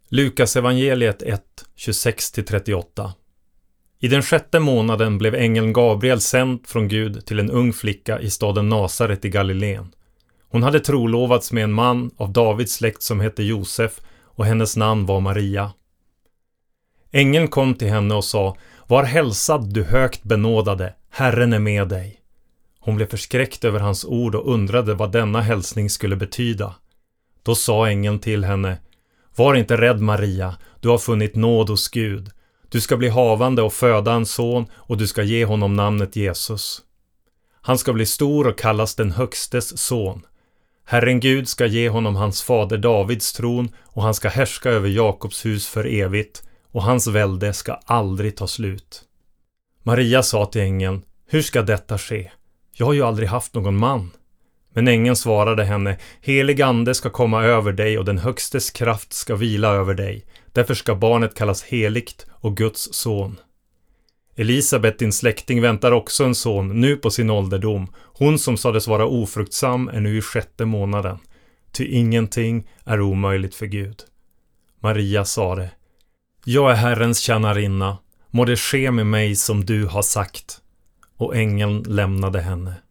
Lukas evangeliet 1, 26-38. I den 6:e månaden blev ängeln Gabriel sänd från Gud till en ung flicka i staden Nasaret i Galileen. Hon hade trolovats med en man av Davids släkt som hette Josef, och hennes namn var Maria. Ängeln kom till henne och sa: "Var hälsad, du högt benådade, Herren är med dig." Hon blev förskräckt över hans ord och undrade vad denna hälsning skulle betyda. Då sa ängeln till henne: "Var inte rädd, Maria, du har funnit nåd hos Gud. Du ska bli havande och föda en son, och du ska ge honom namnet Jesus. Han ska bli stor och kallas den högstes son. Herren Gud ska ge honom hans fader Davids tron, och han ska härska över Jakobs hus för evigt, och hans välde ska aldrig ta slut." Maria sa till ängeln: "Hur ska detta ske? Jag har ju aldrig haft någon man." Men ängeln svarade henne: "Helig ande ska komma över dig, och den högstes kraft ska vila över dig. Därför ska barnet kallas heligt och Guds son." Elisabet, din släkting, väntar också en son, nu på sin ålderdom. Hon som sades vara ofruktsam är nu i 6:e månaden. Ty ingenting är omöjligt för Gud. Maria sade: "Jag är Herrens tjänarinna, må det ske med mig som du har sagt." Och ängeln lämnade henne.